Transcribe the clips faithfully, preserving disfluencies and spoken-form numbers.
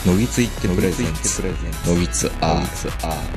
のぎついってプレゼンツのぎつアー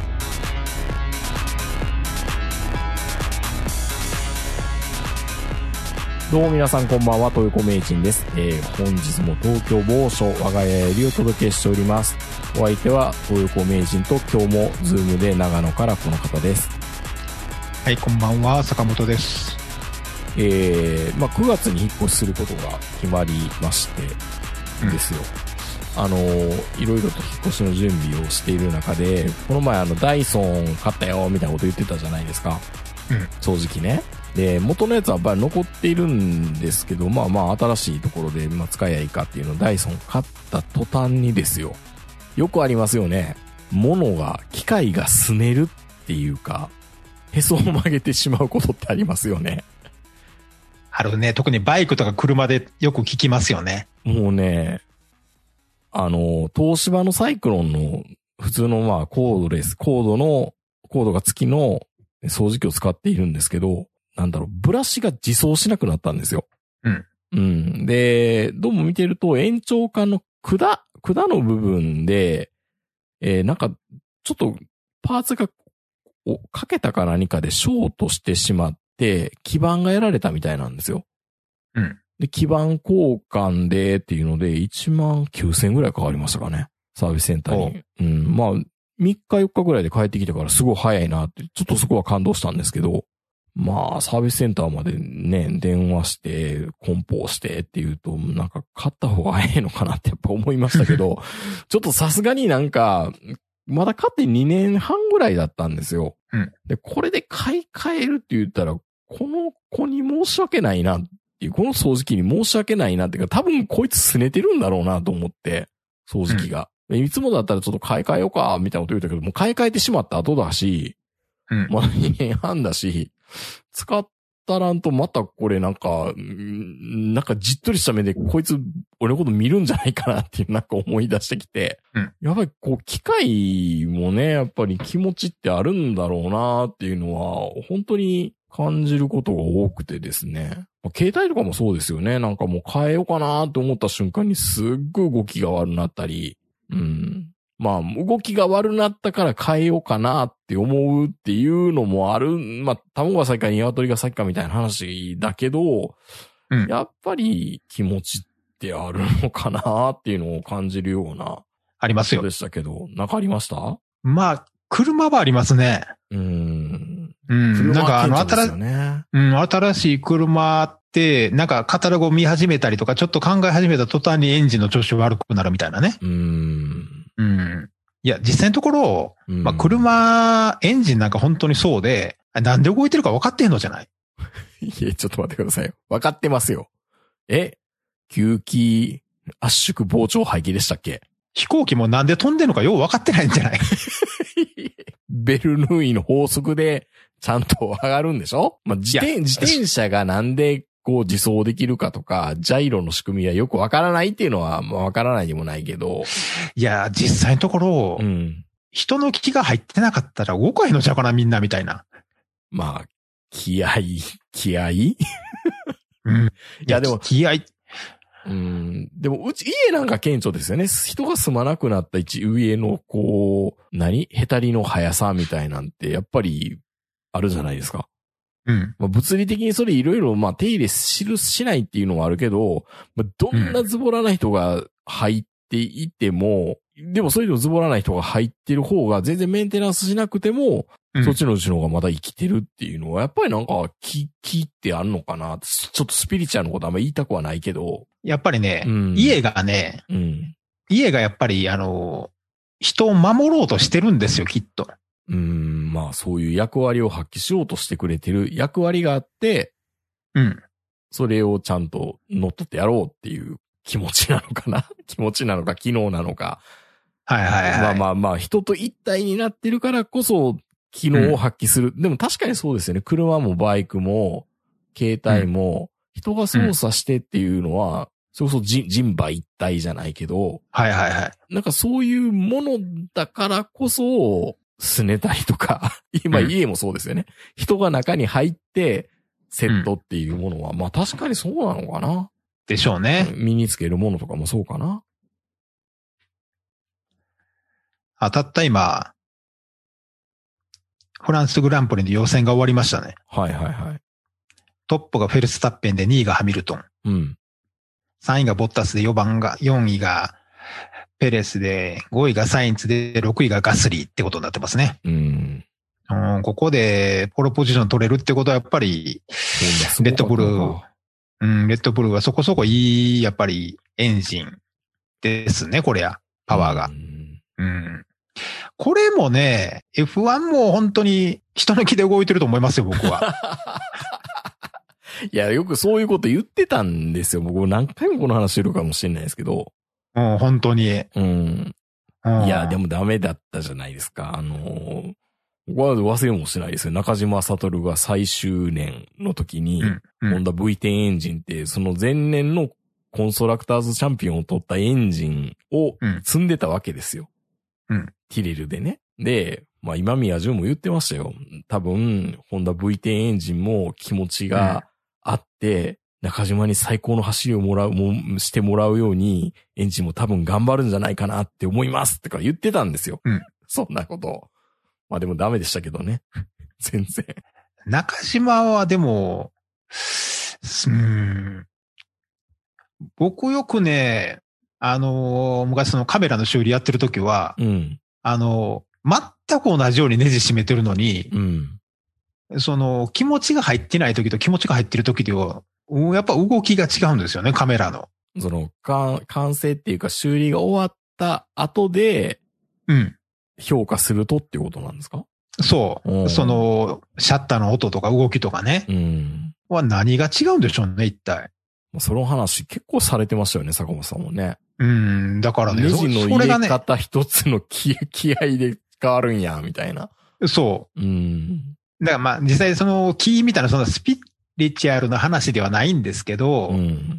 どうも皆さんこんばんは、豊子名人です。えー、本日も東京某所我が家よりお届けしております。お相手は豊子名人と、今日もズームで長野からこの方です。 はい、こんばんは、坂本です。 えー、まあくがつに引っ越しすることが決まりましてですよ。うん、あのー、いろいろと引っ越しの準備をしている中で、この前あのダイソン買ったよみたいなこと言ってたじゃないですか。うん、正直ね。で、元のやつはやっぱり残っているんですけど、まあまあ新しいところで、まあ使えばいいかっていうのをダイソン買った途端にですよ。よくありますよね。物が、機械がすねるっていうか、へそを曲げてしまうことってありますよね。 あるね。特にバイクとか車でよく聞きますよね。 もうね、あの、東芝のサイクロンの普通のまあコードレス、コードの、コードが付きの掃除機を使っているんですけど、なんだろう、ブラシが自走しなくなったんですよ。 うん。 うん。で、どうも見てると延長管の管、管の部分で、えー、なんか、ちょっとパーツがをかけたか何かでショートしてしまって、基板がやられたみたいなんですよ。 うん。 で、基板交換でっていうので、いちまんきゅうせんえんぐらいかかりましたかね。サービスセンターに。うん。まあ、みっかよっかぐらいで帰ってきたからすごい早いなって、ちょっとそこは感動したんですけど、まあ、サービスセンターまでね、電話して、梱包してっていうと、なんか買った方が早いのかなってやっぱ思いましたけど、ちょっとさすがになんか、まだ買ってにねんはんぐらいだったんですよ。 うん、 で、これで買い替えるって言ったら、この子に申し訳ないなっていう、この掃除機に申し訳ないなっていうか、多分こいつ拗ねてるんだろうなと思って、掃除機が。うん、いつもだったらちょっと買い替えようか、みたいなこと言ったけど、もう買い替えてしまった後だし、 うん、 まだにねんはんだし、使ったらんとまたこれなんか、なんかじっとりした目でこいつ俺のこと見るんじゃないかなっていうなんか思い出してきて、 うん、 やっぱりこう機械もね、やっぱり気持ちってあるんだろうなっていうのは本当に感じることが多くてですね。携帯とかもそうですよね。なんかもう変えようかなと思った瞬間にすっごい動きが悪くなったり、うん。まあ、動きが悪なったから変えようかなって思うっていうのもある。まあ、卵が先か鶏が先かみたいな話だけど、うん、やっぱり気持ちってあるのかなっていうのを感じるような。 ありますよ。 でしたけど、なんかありました？ まあ、車はありますね。 うーん。 うん。なんかあの、新しい、 ね、 うん、新しい車って、なんかカタログを見始めたりとか、ちょっと考え始めた途端にエンジンの調子悪くなるみたいなね。 うーん。 うん。いや、実際のところ、まあ、車、エンジンなんか本当にそうで、なんで動いてるか分かってんのじゃない？ いや、ちょっと待ってくださいよ。分かってますよ。え？吸気圧縮膨張排気でしたっけ？ 飛行機もなんで飛んでるのかよう分かってないんじゃない？ ベルヌーイの法則でちゃんと上がるんでしょ？まあ、自転、自転車がなんでこう自走できるかとか、ジャイロの仕組みはよくわからないっていうのは、まあわからないでもないけど。 いや、実際のところ、うん、人の気が入ってなかったら動かへんのちゃうかな、みんなみたいな。 まあ、気合、気合うん。いや、でも、 気合。 うん。でも、うち、家なんか顕著ですよね。人が住まなくなった一上の、こう、何？へたりの速さみたいなんて、やっぱり、あるじゃないですか。 うん。 まあ、物理的にそれいろいろ、まあ、手入れしる、しないっていうのはあるけど、まあ、どんなズボラな人が入っていても、うん、でもそれでもズボラな人が入ってる方が全然メンテナンスしなくても、うん、そっちのうちの方がまだ生きてるっていうのは、やっぱりなんか、気、気ってあるのかな。ちょっとスピリチュアルのことあんま言いたくはないけど。 やっぱりね、うん、家がね、うん、家がやっぱり、あの、人を守ろうとしてるんですよ、きっと。 うーん、まあそういう役割を発揮しようとしてくれてる役割があって、 うん。 それをちゃんと乗っ取ってやろうっていう気持ちなのかな気持ちなのか機能なのか。 はいはいはい。 まあまあまあ人と一体になってるからこそ機能を発揮する。うん、でも確かにそうですよね。車もバイクも携帯も人が操作してっていうのは、うん、それこそ人馬一体じゃないけど。 はいはいはい。 なんかそういうものだからこそ、すねたりとか、今家もそうですよね、うん。人が中に入って、セットっていうものは、うん、まあ確かにそうなのかな。 でしょうね。 身につけるものとかもそうかな。 あ、たった今、フランスグランプリの予選が終わりましたね。 はいはいはい。 トップがフェルスタッペンでにいがハミルトン。 うん。 さんいがボッタスでよんばんが、よんいがペレスで、ごいがサインツで、ろくいがガスリーってことになってますね。 うん。 うん、ここでポロポジション取れるってことはやっぱり、レッドブルー、うん、レッドブルーはそこそこいい、やっぱりエンジンですね、これや。パワーが。うん。うん、これもね、エフワン も本当に人の気で動いてると思いますよ、僕は。 いや、よくそういうこと言ってたんですよ。僕何回もこの話してるかもしれないですけど。 うん、本当に。 うん。うん、いや、でもダメだったじゃないですか。あのー、僕は忘れもしないですよ。中島悟が最終年の時に、うんうん、ホンダ ブイテン エンジンって、その前年のコンストラクターズチャンピオンを取ったエンジンを積んでたわけですよ。 うん。 ティレルでね。で、まあ今宮純も言ってましたよ。多分、ホンダ ブイテン エンジンも気持ちがあって、うん、中島に最高の走りをもらう、も、してもらうように、エンジンも多分頑張るんじゃないかなって思いますってか言ってたんですよ。 うん。 そんなことを。まあでもダメでしたけどね。全然。 中島はでも、うーん、僕よくね、あのー、昔そのカメラの修理やってる時は、 うん、 あのー、全く同じようにネジ締めてるのに、 うん、 その気持ちが入ってない時と気持ちが入ってる時では、やっぱ動きが違うんですよね、カメラの。 その、か、完成っていうか修理が終わった後で、 うん。 評価するとっていうことなんですか？ そう。その、シャッターの音とか動きとかね。 うん。 は何が違うんでしょうね、一体。 その話結構されてましたよね、坂本さんもね。 うん、だからね。 ネジの入れ方一つの気、気合で変わるんや、みたいな。 そう。うん。 だからまあ、実際そのキーみたいなそのスピリチュアルな話ではないんですけど、 うん、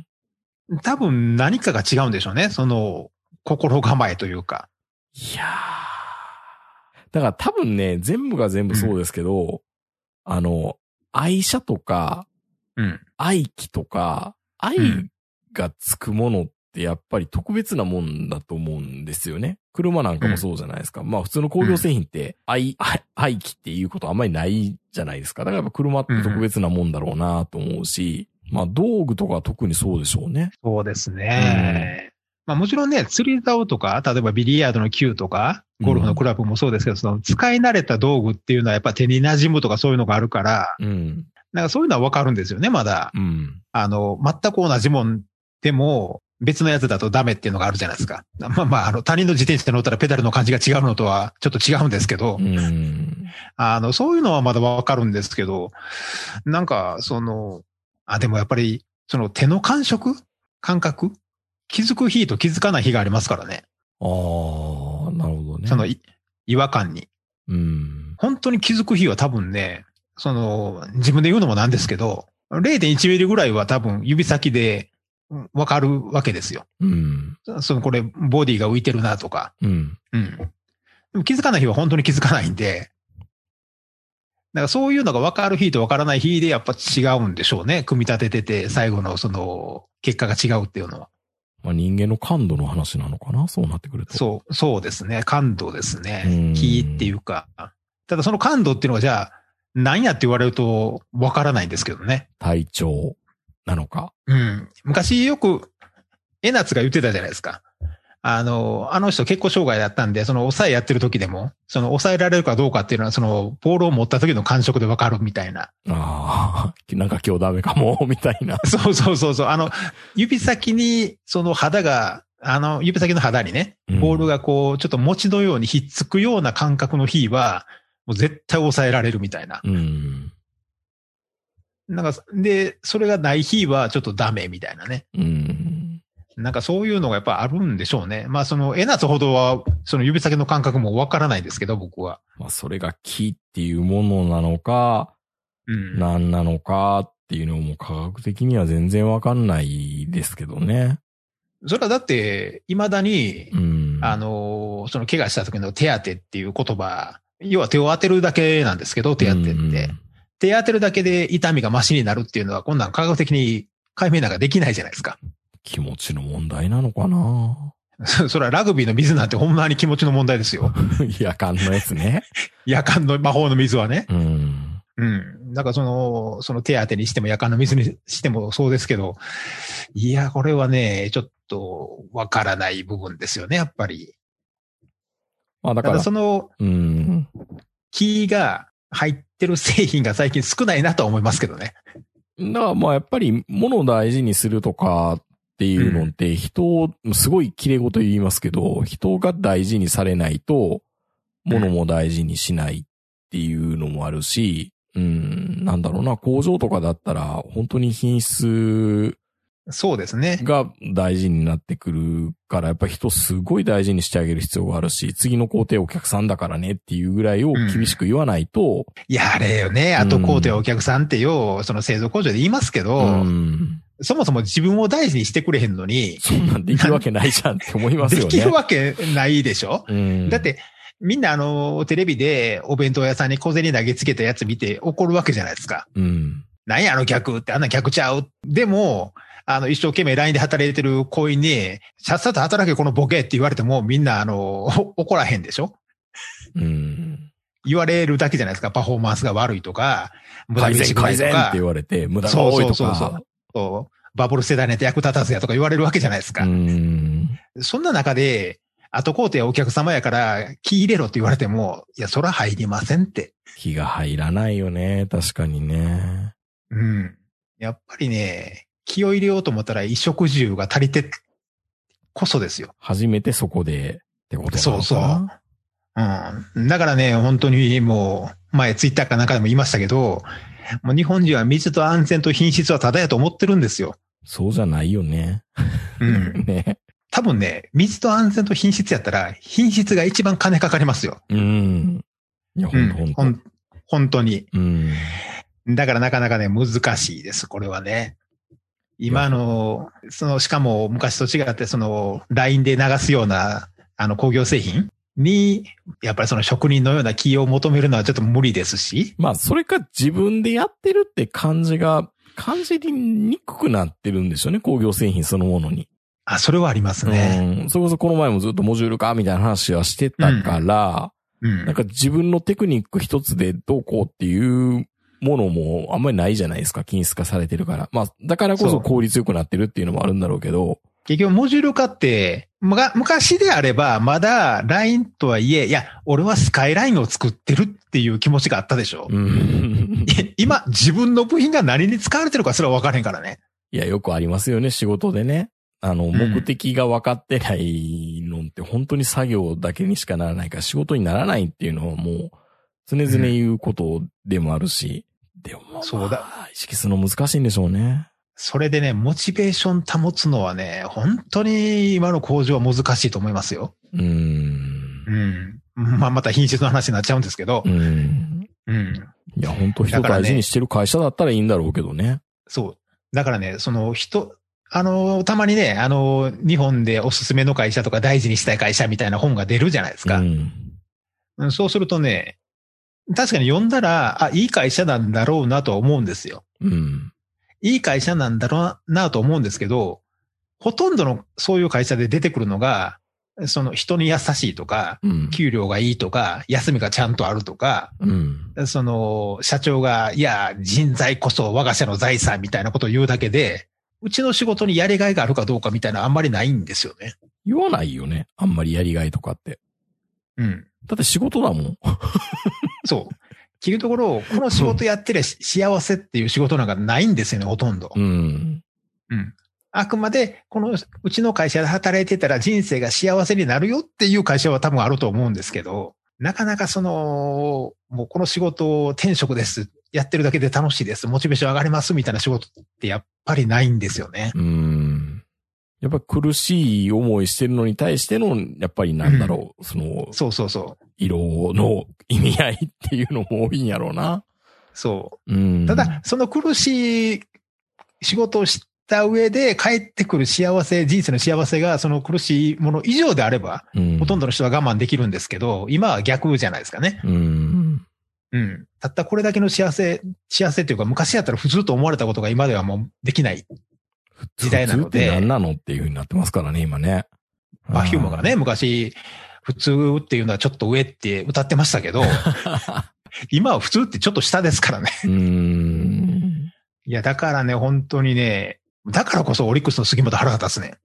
多分何かが違うんでしょうね、その心構えというか。 いやー。だから多分ね、全部が全部そうですけど、うん、あの、愛車とか、 うん、 愛機とか、愛がつくものってやっぱり特別なもんだと思うんですよね。車なんかもそうじゃないですか。うん、まあ普通の工業製品って愛、愛、愛機っていうことあんまりないじゃないですか。だからやっぱ車って特別なもんだろうなと思うし、まあ道具とかは特にそうでしょうね。 そうですね。うん、まあもちろんね、釣り竿とか、例えばビリヤードのキューとか、ゴルフのクラブもそうですけど、うん、その使い慣れた道具っていうのはやっぱ手に馴染むとかそういうのがあるから、 うん、 なんかそういうのはわかるんですよね、まだ。 うん、 あの、全く同じもんでも別のやつだとダメっていうのがあるじゃないですか。まあまあ、あの、他人の自転車乗ったらペダルの感じが違うのとはちょっと違うんですけど、 うん、 あの、そういうのはまだわかるんですけど、なんか、その、あ、でもやっぱり、その手の感触感覚気づく日と気づかない日がありますからね。 ああ、なるほどね。 その違和感に。 うん。 本当に気づく日は多分ね、その、自分で言うのもなんですけど、れいてんいち ミリぐらいは多分指先でわかるわけですよ。 うん。 そのこれ、ボディが浮いてるなとか。 うん。 うん。でも気づかない日は本当に気づかないんで、だからそういうのが分かる日と分からない日でやっぱ違うんでしょうね。組み立ててて最後のその結果が違うっていうのは。 まあ人間の感度の話なのかな、そうなってくると。 そう、そうですね。感度ですね。気っていうか。ただその感度っていうのはじゃあ何やって言われると分からないんですけどね。 体調なのか。 うん。昔よく江夏が言ってたじゃないですか。あの、あの人結構障害だったんで、その抑えやってる時でも、その抑えられるかどうかっていうのは、その、ボールを持った時の感触でわかるみたいな。 ああ、なんか今日ダメかも、みたいな。 そうそうそうそう。あの、指先に、その肌が、あの、指先の肌にね、ボールがこう、ちょっと餅のようにひっつくような感覚の日は、もう絶対抑えられるみたいな。 うん。 なんか、で、それがない日はちょっとダメみたいなね。 うん。 なんかそういうのがやっぱあるんでしょうね。まあその、江夏ほどは、その指先の感覚もわからないですけど、僕は。 まあそれが気っていうものなのか、 うん。 何なのかっていうのも科学的には全然わかんないですけどね。 それはだって、未だに、 うん、 あの、その怪我した時の手当てっていう言葉、要は手を当てるだけなんですけど、手当てって。うん、手当てるだけで痛みがマシになるっていうのは、こんなん科学的に解明なんかできないじゃないですか。 気持ちの問題なのかな。 そそれはラグビーの水なんてほんまに気持ちの問題ですよ。 夜間のやつね。 夜間の魔法の水はね。 うん。 うん。だからその、その手当てにしても夜間の水にしてもそうですけど、いや、これはね、ちょっとわからない部分ですよね、やっぱり。 まあだから。 ただその、 うん。 木が入ってる製品が最近少ないなとは思いますけどね。 だからまあやっぱり物を大事にするとかっていうのって人を、すごい綺麗事言いますけど、人が大事にされないと物も大事にしないっていうのもあるし、うん、なんだろうな、工場とかだったら本当に品質そうですね。 が大事になってくるから、やっぱり人すごい大事にしてあげる必要があるし、次の工程お客さんだからねっていうぐらいを厳しく言わないと。 うん、いや、あれよね。後工程お客さんってよ、その製造工場で言いますけど、うん、そもそも自分を大事にしてくれへんのに。 そんなんできるわけないじゃんって思いますよね。 できるわけないでしょ、うん、だって、みんなあの、テレビでお弁当屋さんに小銭投げつけたやつ見て怒るわけじゃないですか。うん。何やあの客ってあんな客ちゃう。でも、あの、一生懸命 ライン で働いてる行員に、さっさと働けこのボケって言われてもみんなあの、怒らへんでしょうん。言われるだけじゃないですか。パフォーマンスが悪いとか、 無駄飯改善って言われて、無駄が多いとか。 そうそうそうそう。バブル世代なんて役立たずやとか言われるわけじゃないですか。うん。そんな中で、後工程はお客様やから気入れろって言われても、いや、そら入りませんって。 気が入らないよね。確かにね。 うん。やっぱりね、気を入れようと思ったら衣食住が足りてこそですよ。 初めてそこでってことなのかな。 そうそう。うん。だからね、本当にもう、前ツイッターかなんかでも言いましたけど、もう日本人は水と安全と品質はただやと思ってるんですよ。 そうじゃないよね。 うん。ね。多分ね、水と安全と品質やったら、品質が一番金かかりますよ。 うん。いや、ほんとほんと。ほん、 本当に。 うん。 だからなかなかね、難しいです、これはね。今の、その、しかも昔と違って、その、ライン で流すような、あの、工業製品に、やっぱりその職人のような気を求めるのはちょっと無理ですし。 まあ、それか自分でやってるって感じが、感じにくくなってるんでしょうね、工業製品そのものに。 あ、それはありますね。 うん。それこそこの前もずっとモジュール化みたいな話はしてたから、うん。うん、なんか自分のテクニック一つでどうこうっていうものもあんまりないじゃないですか、均質化されてるから。まあ、だからこそ効率よくなってるっていうのもあるんだろうけど。 結局モジュール化って、昔であればまだラインとはいえ、いや、俺はスカイラインを作ってるっていう気持ちがあったでしょ。うん、今、自分の部品が何に使われてるかすら分からへんからね。 いや、よくありますよね、仕事でね。あの、目的が分かってないのって本当に作業だけにしかならないから仕事にならないっていうのはもう常々言うことでもあるし、うん、でもまあ、そうだ。意識するの難しいんでしょうね。 それでね、モチベーション保つのはね、本当に今の工場は難しいと思いますよ。うーん。うん。まあ、また品質の話になっちゃうんですけど。うん。うん。 いや、本当人大事にしてる会社だったらいいんだろうけどね。 そう。だからね、その人、あの、たまにね、あの、日本でおすすめの会社とか大事にしたい会社みたいな本が出るじゃないですか。うん、そうするとね、確かに読んだら、あ、いい会社なんだろうなとは思うんですよ。うん。いい会社なんだろうなと思うんですけど、ほとんどのそういう会社で出てくるのが、その人に優しいとか、うん、給料がいいとか、休みがちゃんとあるとか、うん、その社長が、いや、人材こそ我が社の財産みたいなことを言うだけで、うちの仕事にやりがいがあるかどうかみたいなあんまりないんですよね。 言わないよね。あんまりやりがいとかって。うん。だって仕事だもん。 そう。聞くところ、この仕事やってりゃ幸せっていう仕事なんかないんですよね、ほとんど。うん。うん。あくまで、この、うちの会社で働いてたら人生が幸せになるよっていう会社は多分あると思うんですけど、なかなかその、もうこの仕事を転職です。やってるだけで楽しいです。モチベーション上がりますみたいな仕事ってやっぱりないんですよね。 うん。やっぱ苦しい思いしてるのに対しての、やっぱりなんだろう、うん、その、 そうそうそう。 色の意味合いっていうのも多いんやろうな。 そう。うん。ただ、その苦しい仕事をした上で帰ってくる幸せ、人生の幸せがその苦しいもの以上であれば、うん、ほとんどの人は我慢できるんですけど、今は逆じゃないですかね。うん。うん。たったこれだけの幸せ、幸せというか昔やったら普通と思われたことが今ではもうできない時代なので。 普通って何なのっていう風になってますからね、今ね。 パフュームがね、昔、普通っていうのはちょっと上って歌ってましたけど、今は普通ってちょっと下ですからね。 うーん。 いや、だからね、本当にね、だからこそオリックスの杉本腹が立つね。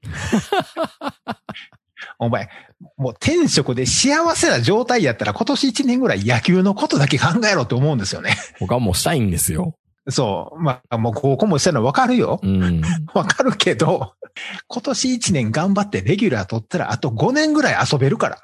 お前、もう天職で幸せな状態やったら今年いちねんぐらい野球のことだけ考えろって思うんですよね。 他もしたいんですよ。 そう。まあ、もう高校もしたのわかるよ。 うん。 わかるけど、今年いちねん頑張ってレギュラー取ったらあとごねんぐらい遊べるから。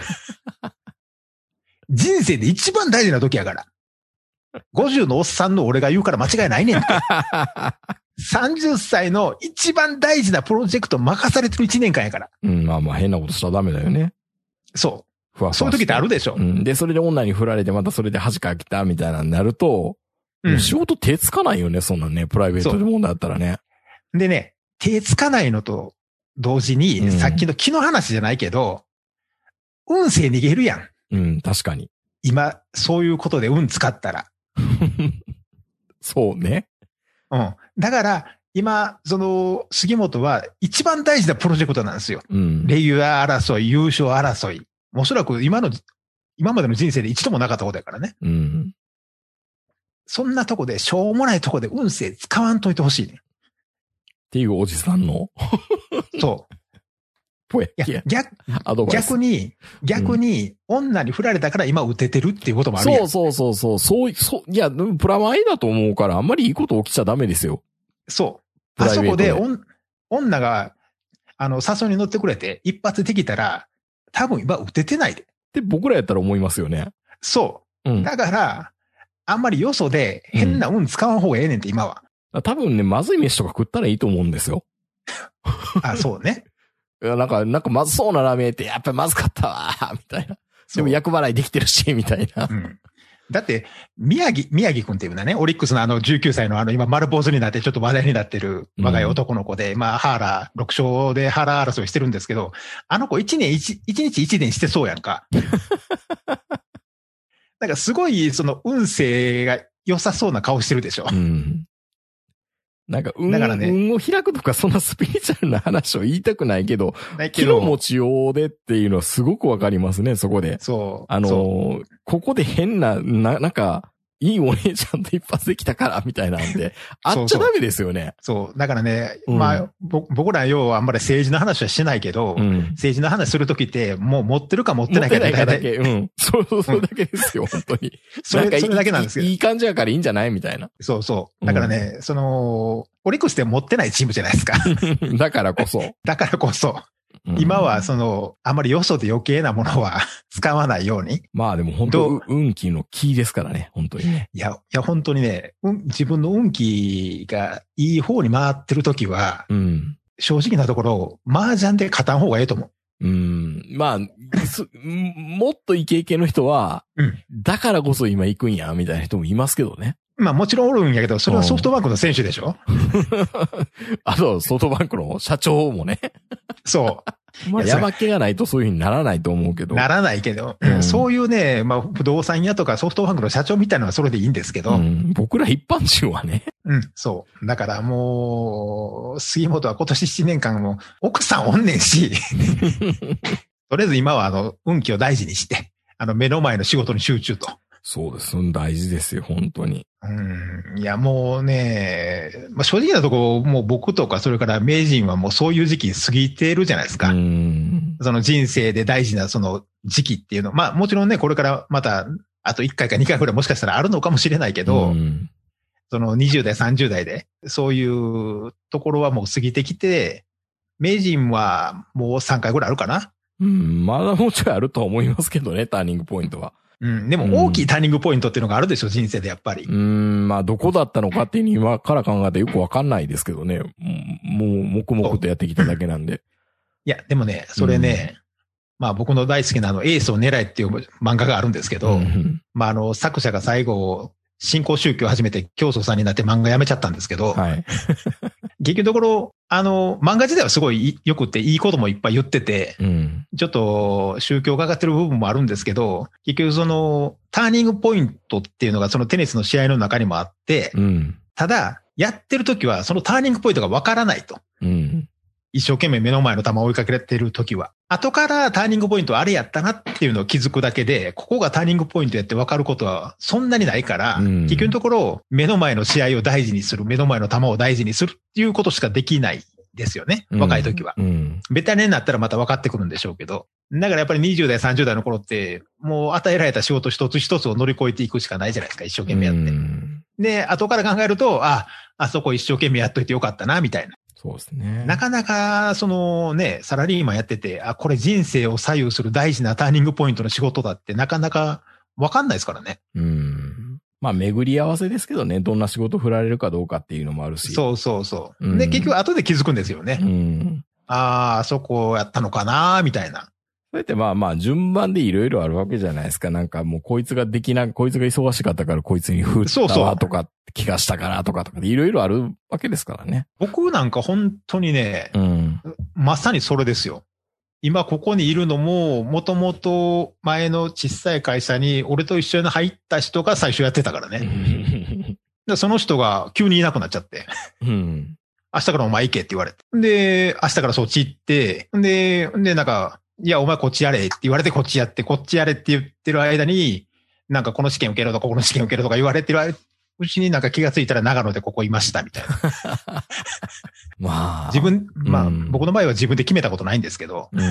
人生で一番大事な時やから。ごじゅうのおっさんの俺が言うから間違いないねんって。さんじゅっさいの一番大事なプロジェクト任されてるいちねんかんやから。 うん、まあまあ変なことしたらダメだよね。 そう。 ふわふわそういう時ってあるでしょ。 うん。で、それで女に振られてまたそれで恥かきたみたいなになると、うん、もう仕事手つかないよね、そんなんね。プライベートで問題だったらね。 でね、手つかないのと同時に、うん、さっきの気の話じゃないけど、運勢逃げるやん。 うん、確かに。 今、そういうことで運使ったら。 そうね。 うん。だから、今、その、杉本は一番大事なプロジェクトなんですよ。うん。レギュラー争い、優勝争い。おそらく今の、今までの人生で一度もなかったことやからね。うん。そんなとこで、しょうもないとこで運勢使わんといてほしいね。 っていうおじさんのそう。 ぽやいや、逆、逆に、逆に、女に振られたから今打ててるっていうこともあるやん。 そうそうそうそう。そう、そう、いや、プラマイだと思うから、あんまりいいこと起きちゃダメですよ。 そう。あそこで、おん、女が、あの、誘いに乗ってくれて、一発できたら、多分今打ててないで。 って僕らやったら思いますよね。 そう。うん、だから、あんまりよそで変な運使わん方がええねんって、今は。 多分ね、まずい飯とか食ったらいいと思うんですよ。 あ、そうね。 なんか、なんかまずそうなラーメンってやっぱりまずかったわ、みたいな。でも厄払いできてるし、みたいな。うん。 だって、宮城、宮城くんっていうのはね、オリックスのあのじゅうきゅうさいのあの今丸坊主になってちょっと話題になってる若い男の子で、うん、まあハーラー、ろく勝でハーラー争いしてるんですけど、あの子一年一、一日一年してそうやんか。なんかすごいその運勢が良さそうな顔してるでしょ。うん。 なんか運、だからね、運を開くとかそんなスピリチュアルな話を言いたくないけど、気の持ちようでっていうのはすごくわかりますね、そこで。そう。あのー、ここで変な、な、なんか、いいお姉ちゃんと一発できたからみたいなんで、あっちゃダメですよね。 そうそう。そう。だからね、うん、まあ、僕ら要はあんまり政治の話はしないけど、うん、政治の話するときって、もう持ってるか持ってないかだけ。だけ。うん。そうそう、それだけですよ、うん、本当に。 それ、それだけなんですけど。 いい感じやからいいんじゃないみたいな。 そうそう。だからね、うん、その、オリックスって持ってないチームじゃないですか。 だからこそ。 だからこそ。今はその、あまりよそで余計なものは使わないように。 まあでも本当運気のキーですからね、本当にね。 いや、いや本当にね、うん、自分の運気がいい方に回ってるときは、うん、正直なところ、麻雀で勝たん方がええと思う。 うん。まあ、もっとイケイケの人は、うん、だからこそ今行くんや、みたいな人もいますけどね。 まあもちろんおるんやけど、それはソフトバンクの選手でしょあと、ソフトバンクの社長もね。 そう。 まあ、やば気がないとそういう風にならないと思うけど。 ならないけど、うん、そういうね、まあ、不動産屋とかソフトバンクの社長みたいなのはそれでいいんですけど。うん、 僕ら一般人はね。 うん、そう。だからもう、杉本は今年ななねんかんも奥さんおんねんし、とりあえず今はあの、運気を大事にして、あの、目の前の仕事に集中と。 そうです。大事ですよ、本当に。 うん。いや、もうね、まあ、正直なところ、もう僕とか、それから名人はもうそういう時期過ぎてるじゃないですか。うん。その人生で大事なその時期っていうの。まあ、もちろんね、これからまた、あといっかいかにかいぐらいもしかしたらあるのかもしれないけど、うん、そのにじゅう代、さんじゅう代で、そういうところはもう過ぎてきて、名人はもうさんかいぐらいあるかな。 うん。まだもうちょいあると思いますけどね、ターニングポイントは。 うん。でも大きいターニングポイントっていうのがあるでしょ、人生でやっぱり。 うん。まあ、どこだったのかっていうの今から考えてよくわかんないですけどね。もう、黙々とやってきただけなんで。 いや、でもね、それね、うん、まあ僕の大好きなあの、エースを狙えっていう漫画があるんですけど、うん、まああの、作者が最後、新興宗教を始めて教祖さんになって漫画やめちゃったんですけど、はい。結局のところ、あの、漫画自体はすごい良くっていいこともいっぱい言ってて、うん、ちょっと宗教がかってる部分もあるんですけど、結局そのターニングポイントっていうのがそのテニスの試合の中にもあって、うん、ただ、やってる時はそのターニングポイントがわからないと。うん、 一生懸命目の前の球を追いかけてるときは。後からターニングポイントあれやったなっていうのを気づくだけで、ここがターニングポイントやって分かることはそんなにないから、うん、結局のところ、目の前の試合を大事にする、目の前の球を大事にするっていうことしかできないですよね。若い時は。うんうん、ベタになったらまた分かってくるんでしょうけど。だからやっぱりにじゅう代、さんじゅう代の頃って、もう与えられた仕事一つ一つを乗り越えていくしかないじゃないですか、一生懸命やって。うん、で、後から考えると、あ、あそこ一生懸命やっといてよかったな、みたいな。 そうですね。 なかなか、そのね、サラリーマンやってて、あ、これ人生を左右する大事なターニングポイントの仕事だってなかなかわかんないですからね。 うん。まあ、巡り合わせですけどね、どんな仕事振られるかどうかっていうのもあるし。 そうそうそう。うん、で、結局後で気づくんですよね。うん。ああ、あそこやったのかなみたいな。 それってまあまあ順番でいろいろあるわけじゃないですか。なんかもうこいつができな、こいつが忙しかったからこいつに振ったわとか気がしたからとかとかいろいろあるわけですからね。 僕なんか本当にね、うん、まさにそれですよ。今ここにいるのも、もともと前の小さい会社に俺と一緒に入った人が最初やってたからね。でその人が急にいなくなっちゃって。うん明日からお前行けって言われて。で、明日からそっち行って、で、で、なんか、いや、お前こっちやれって言われてこっちやって、こっちやれって言ってる間に、なんかこの試験受けろとか、この試験受けろとか言われてるうちになんか気がついたら長野でここいましたみたいな。まあ。自分、まあ、うん、僕の場合は自分で決めたことないんですけど、うん、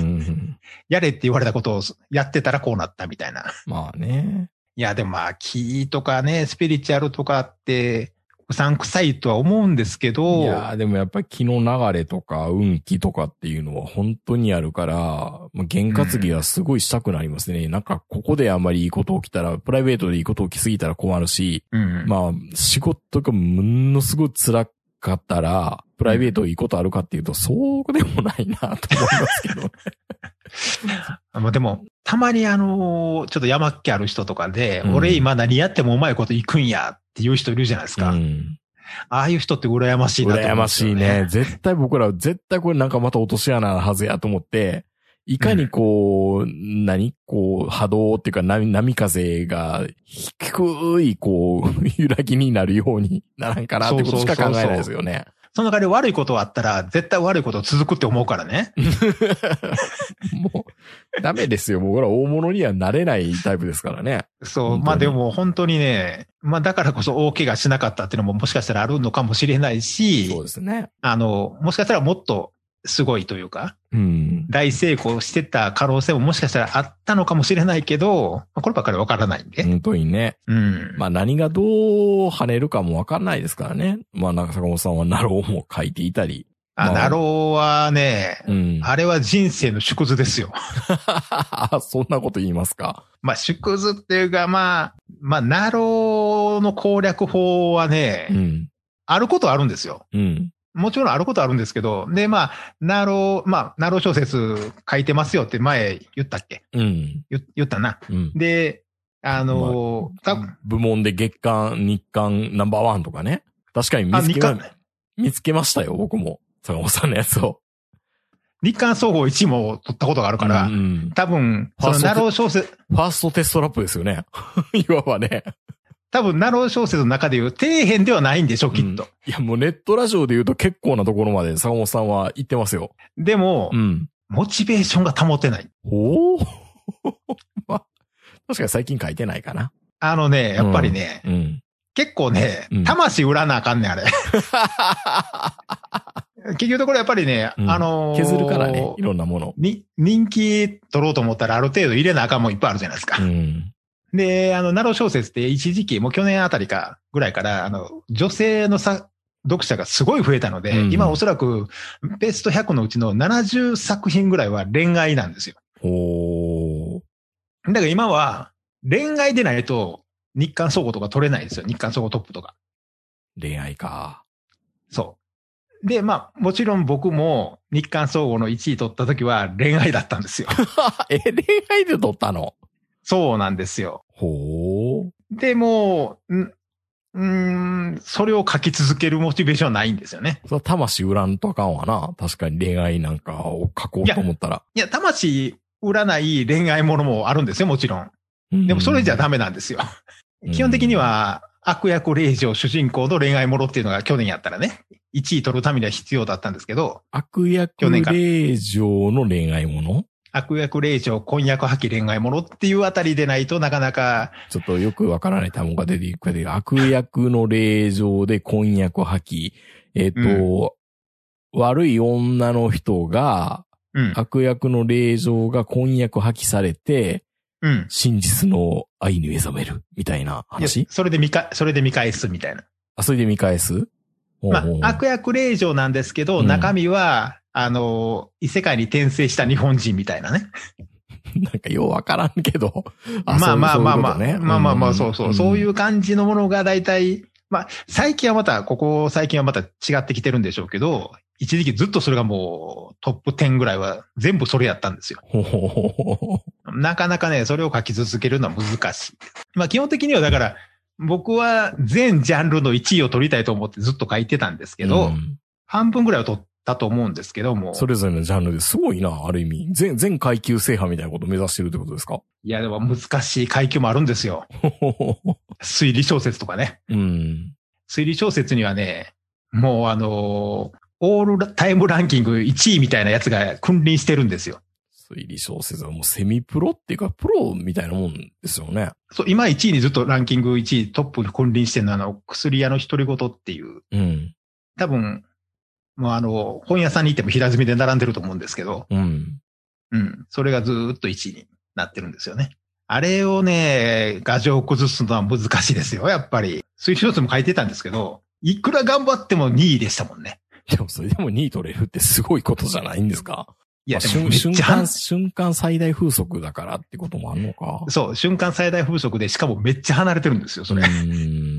やれって言われたことをやってたらこうなったみたいな。 まあね。 いや、でもまあ、気とかね、スピリチュアルとかって、うさんくさいとは思うんですけど。 いやーでもやっぱり気の流れとか運気とかっていうのは本当にあるから、験担ぎはすごいしたくなりますね。うん、なんかここであんまりいいこと起きたら、プライベートでいいこと起きすぎたら困るし、うん、まあ仕事がものすごい辛かったら、プライベートいいことあるかっていうと、そうでもないなと思いますけどね。 まあでも、たまにあの、ちょっと山っ気ある人とかで、うん、俺今何やってもうまいこといくんやっていう人いるじゃないですか。うん、ああいう人って羨ましいなと思うんですよね。羨ましいね。絶対僕ら、絶対これなんかまた落とし穴なはずやと思って、いかにこう、うん、何こう、波動っていうか波、波風が低いこう、揺らぎになるようにならんかなってことしか考えないですよね。そうそうそうそうその代わり悪いことあったら、絶対悪いこと続くって思うからね。 もう、ダメですよ。僕ら大物にはなれないタイプですからね。 そう。まあでも本当にね、まあだからこそ大怪我しなかったっていうのももしかしたらあるのかもしれないし、 そうですね。 あの、もしかしたらもっとすごいというか、うん、大成功してた可能性ももしかしたらあったのかもしれないけど、こればっかりわからないんで。 本当にね。うん。まあ何がどう跳ねるかもわかんないですからね。まあなんか坂本さんはナローも書いていたり。 あ、まあ、ナローはね、うん、あれは人生の縮図ですよ。 そんなこと言いますか。 まあ縮図っていうかまあ、まあナローの攻略法はね、うん、あることはあるんですよ。うんもちろんあることはあるんですけど、で、まあ、ナロー、まあ、ナロー小説書いてますよって前言ったっけうん。言, 言ったな。うん。で、あのーまあ、部門で月間、日刊ナンバーワンとかね。確かに見つけま、見つけましたよ、僕も。坂本さんのやつを。 日刊総合いちいも取ったことがあるから、うんうん、多分、そのナロー小説。 ファーストテストラップですよね。いわばね。 多分、ナロー小説の中でいう底辺ではないんでしょ、きっと、うん。いや、もうネットラジオで言うと結構なところまで坂本さんは言ってますよ。 でも、うん、モチベーションが保てない。 おーまあ、確かに最近書いてないかな。 あのね、やっぱりね、うんうん、結構ね、魂売らなあかんねん、あれ。結局のところやっぱりね、うん、あのー、 削るからね、いろんなもの。 に、人気取ろうと思ったらある程度入れなあかんもんいっぱいあるじゃないですか。うんで、あの、ナロー小説って一時期、もう去年あたりかぐらいから、あの、女性のさ読者がすごい増えたので、うん、今おそらくベストひゃくのうちのななじゅうさく品ぐらいは恋愛なんですよ。おー。だから今は恋愛でないと日刊総合とか取れないですよ。日刊総合トップとか。 恋愛か。 そう。で、まあ、もちろん僕も日刊総合のいちい取った時は恋愛だったんですよ。 え、恋愛で取ったの？ そうなんですよ。 ほー。 でも、ん、うーん、それを書き続けるモチベーションはないんですよね。 それ魂売らんとあかんわな。確かに恋愛なんかを書こうと思ったら。 いや、いや魂売らない恋愛ものもあるんですよ、もちろん。でもそれじゃダメなんですよ。基本的には、 悪役令嬢主人公の恋愛ものっていうのが去年やったらね、いちい取るためには必要だったんですけど。 悪役令嬢の恋愛もの？ 悪役令嬢婚約破棄恋愛ものっていうあたりでないとなかなか。 ちょっとよくわからない単語が出ていくけど、悪役の令嬢で婚約破棄。えっ、ー、と、うん、悪い女の人が、うん、悪役の令嬢が婚約破棄されて、うん、真実の愛に目覚めるみたいな話？ それで見か、それで見返すみたいな。 あ、それで見返す？ まあ、悪役令嬢なんですけど、うん、中身は、あの、異世界に転生した日本人みたいなね。 なんかようわからんけど。 まあまあまあまあ、ね、まあまあまあ、そうそう、うん、そういう感じのものが大体、まあ、最近はまた、ここ最近はまた違ってきてるんでしょうけど、一時期ずっとそれがもうトップじゅうぐらいは全部それやったんですよ。なかなかね、それを書き続けるのは難しい。まあ基本的にはだから、僕は全ジャンルのいちいを取りたいと思ってずっと書いてたんですけど、うん、半分ぐらいは取ったと思うんですけども。 それぞれのジャンルですごいな、ある意味。全、全階級制覇みたいなことを目指してるってことですか？ いや、でも難しい階級もあるんですよ。推理小説とかね。うん。推理小説にはね、もうあのー、オールタイムランキングいちいみたいなやつが君臨してるんですよ。 推理小説はもうセミプロっていうかプロみたいなもんですよね。 そう、今いちいにずっとランキングいちいトップに君臨してるのはあの、薬屋の独り言っていう。うん。多分、もうあの、本屋さんに行っても平積みで並んでると思うんですけど。うん。うん。それがずーっといちいになってるんですよね。あれをね、画像を崩すのは難しいですよ、やっぱり。推理小説も書いてたんですけど、いくら頑張ってもにいでしたもんね。 でもそれでもにい取れるってすごいことじゃないんですか？ いや、 でも瞬間、瞬間最大風速だからってこともあるのか。 そう、瞬間最大風速で、しかもめっちゃ離れてるんですよ、それ。うん。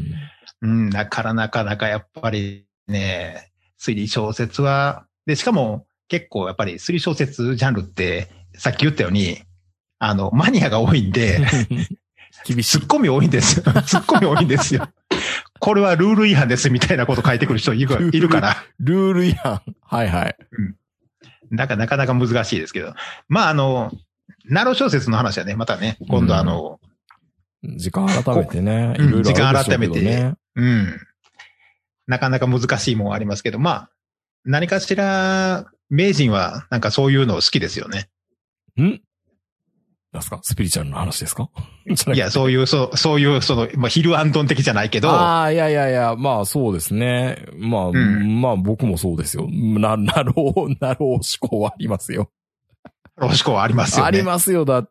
うん、だからなかなかやっぱりね、推理小説は、で、しかも結構やっぱり推理小説ジャンルって、さっき言ったように、あの、マニアが多いんで、 厳しい。 ツッコミ多いんですよ。ツッコミ多いんですよ。これはルール違反ですみたいなこと書いてくる人いるいるから。 ルール違反。はいはい。 うん。なんかなかなか難しいですけど。まああの、ナロ小説の話はね、またね、今度あの、 うん、時間改めてね、いろいろ、ね、 時間改めて、うん。なかなか難しいもんありますけど、まあ、何かしら、名人はなんかそういうの好きですよね。 んなんすかスピリチュアルの話ですかいや、そういう、そう、そういう、その、まあ、ヒルアンドン的じゃないけど。 ああ、いやいやいや、まあそうですね。まあ、うん、まあ僕もそうですよ。な、なろう、なろう思考はありますよ。 思考はありますよね。 ありますよ。だって、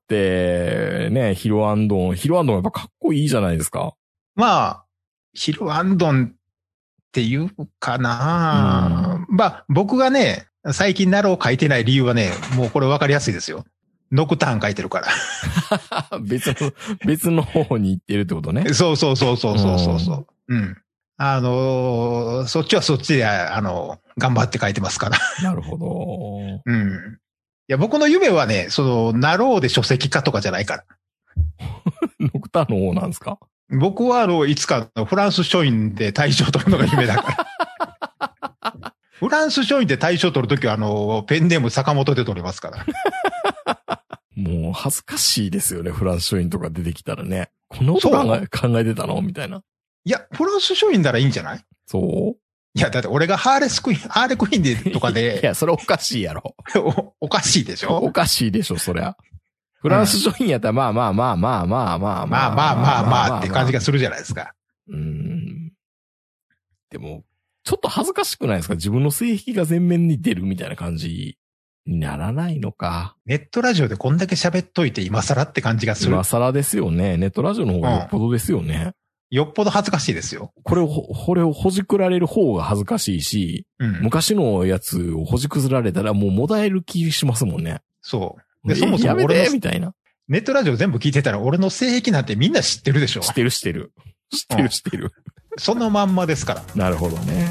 ね、ヒルアンドン、ヒルアンドンやっぱかっこいいじゃないですか。 まあ、ヒルアンドンっていうかな、うん、まあ、僕がね、最近ナロー書いてない理由はね、もうこれ分かりやすいですよ。ノクターン書いてるから。 別の、別の方に行ってるってことね。 そうそうそうそうそうそう。うん。うん。あのー、そっちはそっちで、あの、頑張って書いてますから。 なるほど。 うん。いや、僕の夢はね、その、ナローで書籍化とかじゃないから。 ノクターンの方なんですか？ 僕は、あの、いつかフランス書院で大賞取るのが夢だから。フランス書院で大賞取るときは、あの、ペンネーム坂本で取りますから。 もう恥ずかしいですよね、フランス書院とか出てきたらね。このこと考え、考えてたのみたいな。 いや、フランス書院ならいいんじゃない？ そういや、だって俺がハーレスクイーン、ハーレクイーンでとかで。 いや、それおかしいやろ。 お、おかしいでしょ？ おかしいでしょ、そりゃ。フランス書院やったら、まあまあまあまあまあまあまあまあまあまあって感じがするじゃないですか。 うん。でも、ちょっと恥ずかしくないですか？自分の性癖が前面に出るみたいな感じにならないのか。 ネットラジオでこんだけ喋っといて今更って感じがする。 今更ですよね。ネットラジオの方がよっぽどですよね。 うん、よっぽど恥ずかしいですよ。 これを、これをほじくられる方が恥ずかしいし、うん、昔のやつをほじくずられたらもうもだえる気しますもんね。 そう。で、そもそも俺のやめてみたいな。 ネットラジオ全部聞いてたら俺の性癖なんてみんな知ってるでしょ？ 知ってる知ってる。知ってる知ってる。うん、 そのまんまですから。 なるほどね。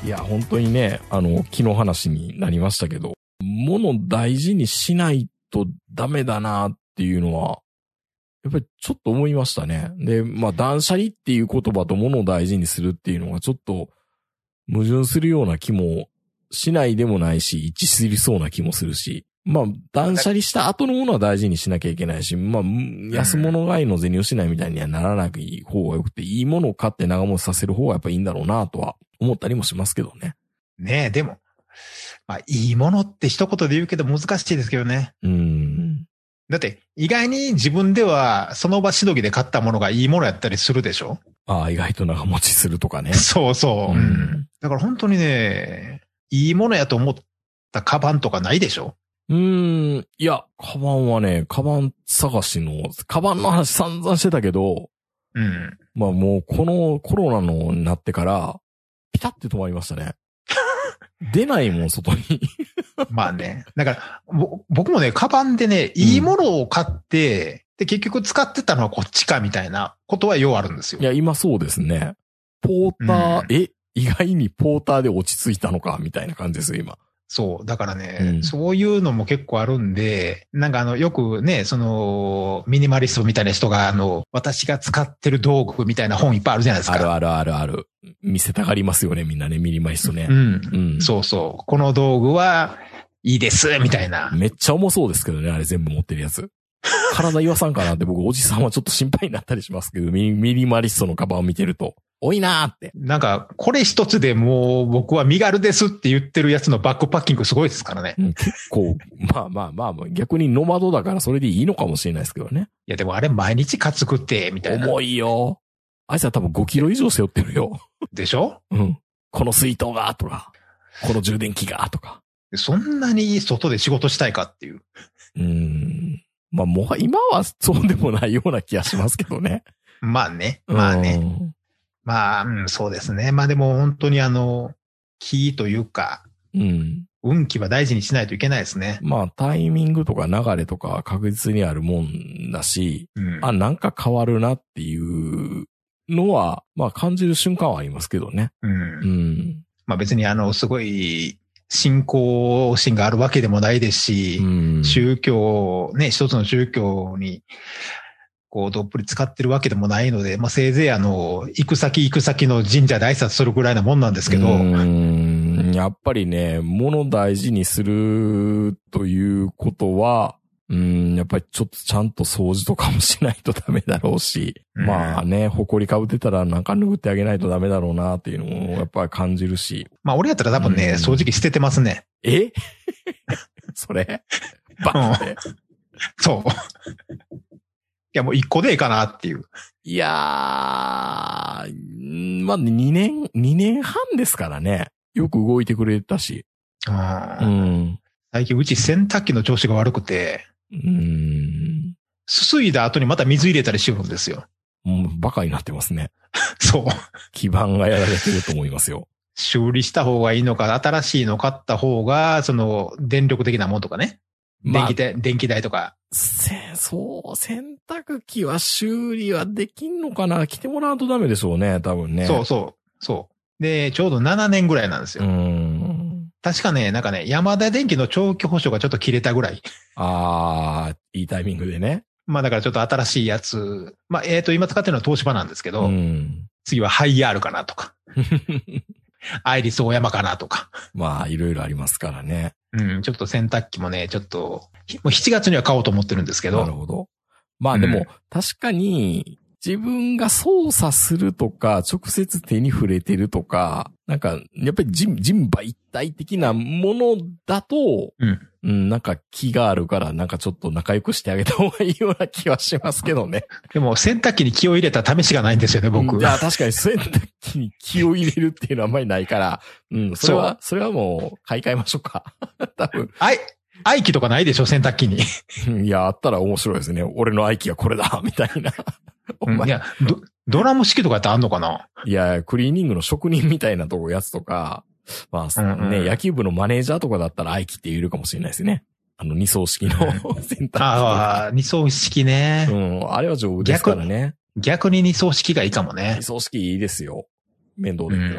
いや、本当にね、あの、気の話になりましたけど、物大事にしないとダメだなっていうのは、やっぱりちょっと思いましたね。で、まあ、断捨離っていう言葉と物を大事にするっていうのがちょっと矛盾するような気もしないでもないし、一致すりそうな気もするし、まあ、断捨離した後のものは大事にしなきゃいけないし、まあ、安物買いの銭をしないみたいにはならない方がよくて、いいものを買って長持ちさせる方がやっぱいいんだろうなとは思ったりもしますけどね。 ねえ、でも、まあ、いいものって一言で言うけど難しいですけどね。 うん。 だって、意外に自分ではその場しのぎで買ったものがいいものやったりするでしょ？ ああ、意外と長持ちするとかね。 そうそう。 うん。 だから本当にね、いいものやと思ったカバンとかないでしょ？ うーん。いや、カバンはね、カバン探しの、カバンの話散々してたけど、 うん。まあもうこのコロナのになってから、ピタって止まりましたね。出ないもん、外に。 まあね。だから、僕もね、カバンでね、いいものを買って、うん、で、結局使ってたのはこっちかみたいなことはようあるんですよ。 いや、今そうですね。ポーター、うん、え、意外にポーターで落ち着いたのか、みたいな感じですよ、今。 そう。だからね、うん、そういうのも結構あるんで、なんかあの、よくね、その、ミニマリストみたいな人が、あの、私が使ってる道具みたいな本いっぱいあるじゃないですか。 あるあるあるある。見せたがりますよね、みんなね、ミニマリストね。 うん。うん。そうそう。この道具はいいです、みたいな。 めっちゃ重そうですけどね、あれ全部持ってるやつ。体言わさんかなって僕、おじさんはちょっと心配になったりしますけど、ミニマリストのカバンを見てると。多いなーって。 なんか、これ一つでもう僕は身軽ですって言ってるやつのバックパッキングすごいですからね。 うん、結構、まあまあまあ、逆にノマドだからそれでいいのかもしれないですけどね。 いやでもあれ毎日担ぐって、みたいな。 重いよ。あいつは多分ごキロ以上背負ってるよ。 でしょ？ うん。この水筒が、とか、この充電器が、とか。 そんなに外で仕事したいかっていう。 うーん。まあもう今はそうでもないような気がしますけどね。 まあね。まあね。まあ、うん、そうですね。まあでも本当にあの、気というか、うん。運気は大事にしないといけないですね。 まあタイミングとか流れとか確実にあるもんだし、うん、あ、なんか変わるなっていうのは、まあ感じる瞬間はありますけどね。うん。うん、 まあ別にあの、すごい、信仰心があるわけでもないですし、うん、宗教、ね、一つの宗教に、こう、どっぷり使ってるわけでもないので、まあ、せいぜいあの、行く先行く先の神社で挨拶するぐらいなもんなんですけど。うーん、やっぱりね、物大事にするということは、うん、やっぱりちょっとちゃんと掃除とかもしないとダメだろうし、うん、まあね、埃かぶってたらなんか拭ってあげないとダメだろうなっていうのもやっぱり感じるし。 まあ俺やったら多分ね、うん、掃除機捨ててますね。 えそれバカで、うん、 そう。いやもう一個でいいかなっていう。 いやー、まあにねん、にねんはんですからね。よく動いてくれたし。 うん、最近うち洗濯機の調子が悪くて、うーん。すすいだ後にまた水入れたりしよるんですよ。 もうバカになってますね。 そう。 基盤がやられてると思いますよ。 修理した方がいいのか、新しいの買った方が、その、電力的なものとかね。まあ、電気代、電気代とか。 せ、そう、洗濯機は修理はできんのかな？来てもらうとダメでしょうね、多分ね。 そうそう、そう。で、ちょうどななねんぐらいなんですよ。うーん。確かね、なんかね、ヤマダ電機の長期保証がちょっと切れたぐらい。 ああ、いいタイミングでね。 まあだからちょっと新しいやつ。まあ、えっと、今使ってるのは東芝なんですけど、うん、次はハイヤールかなとか。アイリスオーヤマかなとか。 まあ、いろいろありますからね。 うん、ちょっと洗濯機もね、ちょっと、もうしちがつには買おうと思ってるんですけど。 なるほど。まあでも、うん、確かに、自分が操作するとか、直接手に触れてるとか、なんか、やっぱり人、人馬一体的なものだと、うん、うん、なんか気があるから、なんかちょっと仲良くしてあげた方がいいような気はしますけどね。 でも、洗濯機に気を入れた試しがないんですよね、僕。 いや、確かに洗濯機に気を入れるっていうのはあんまりないから、うん、それは、それはもう、買い替えましょうか。多分。 はい。愛機とかないでしょ、洗濯機に。 いや、あったら面白いですね。俺の愛機がこれだ、みたいな。 お前、うん、いや、ド、ドラム式とかってあんのかな？ いや、クリーニングの職人みたいなとこやつとか、まあ、うんうん、ね、野球部のマネージャーとかだったら愛機って言えるかもしれないですね。あの、二層式の、うん、洗濯機。 ああ、二層式ね。 うん、あれは丈夫ですからね。 逆、逆に二層式がいいかもね。 二層式いいですよ。面倒だけど。うん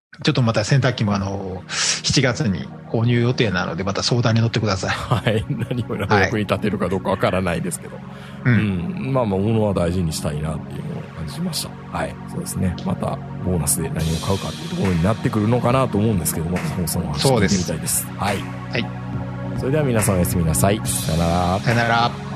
ちょっとまた洗濯機もあの、しちがつに購入予定なので、また相談に乗ってください。 はい。何を役に立てるかどうかわからないですけど。 う。 うんん。まあまあ、物は大事にしたいなっていうのを感じました。はい。そうですね。また、ボーナスで何を買うかっていうところになってくるのかなと思うんですけども、そもそも話してみたいです。はい。 はい。 それでは皆さんおやすみなさい。さよなら。 さよなら。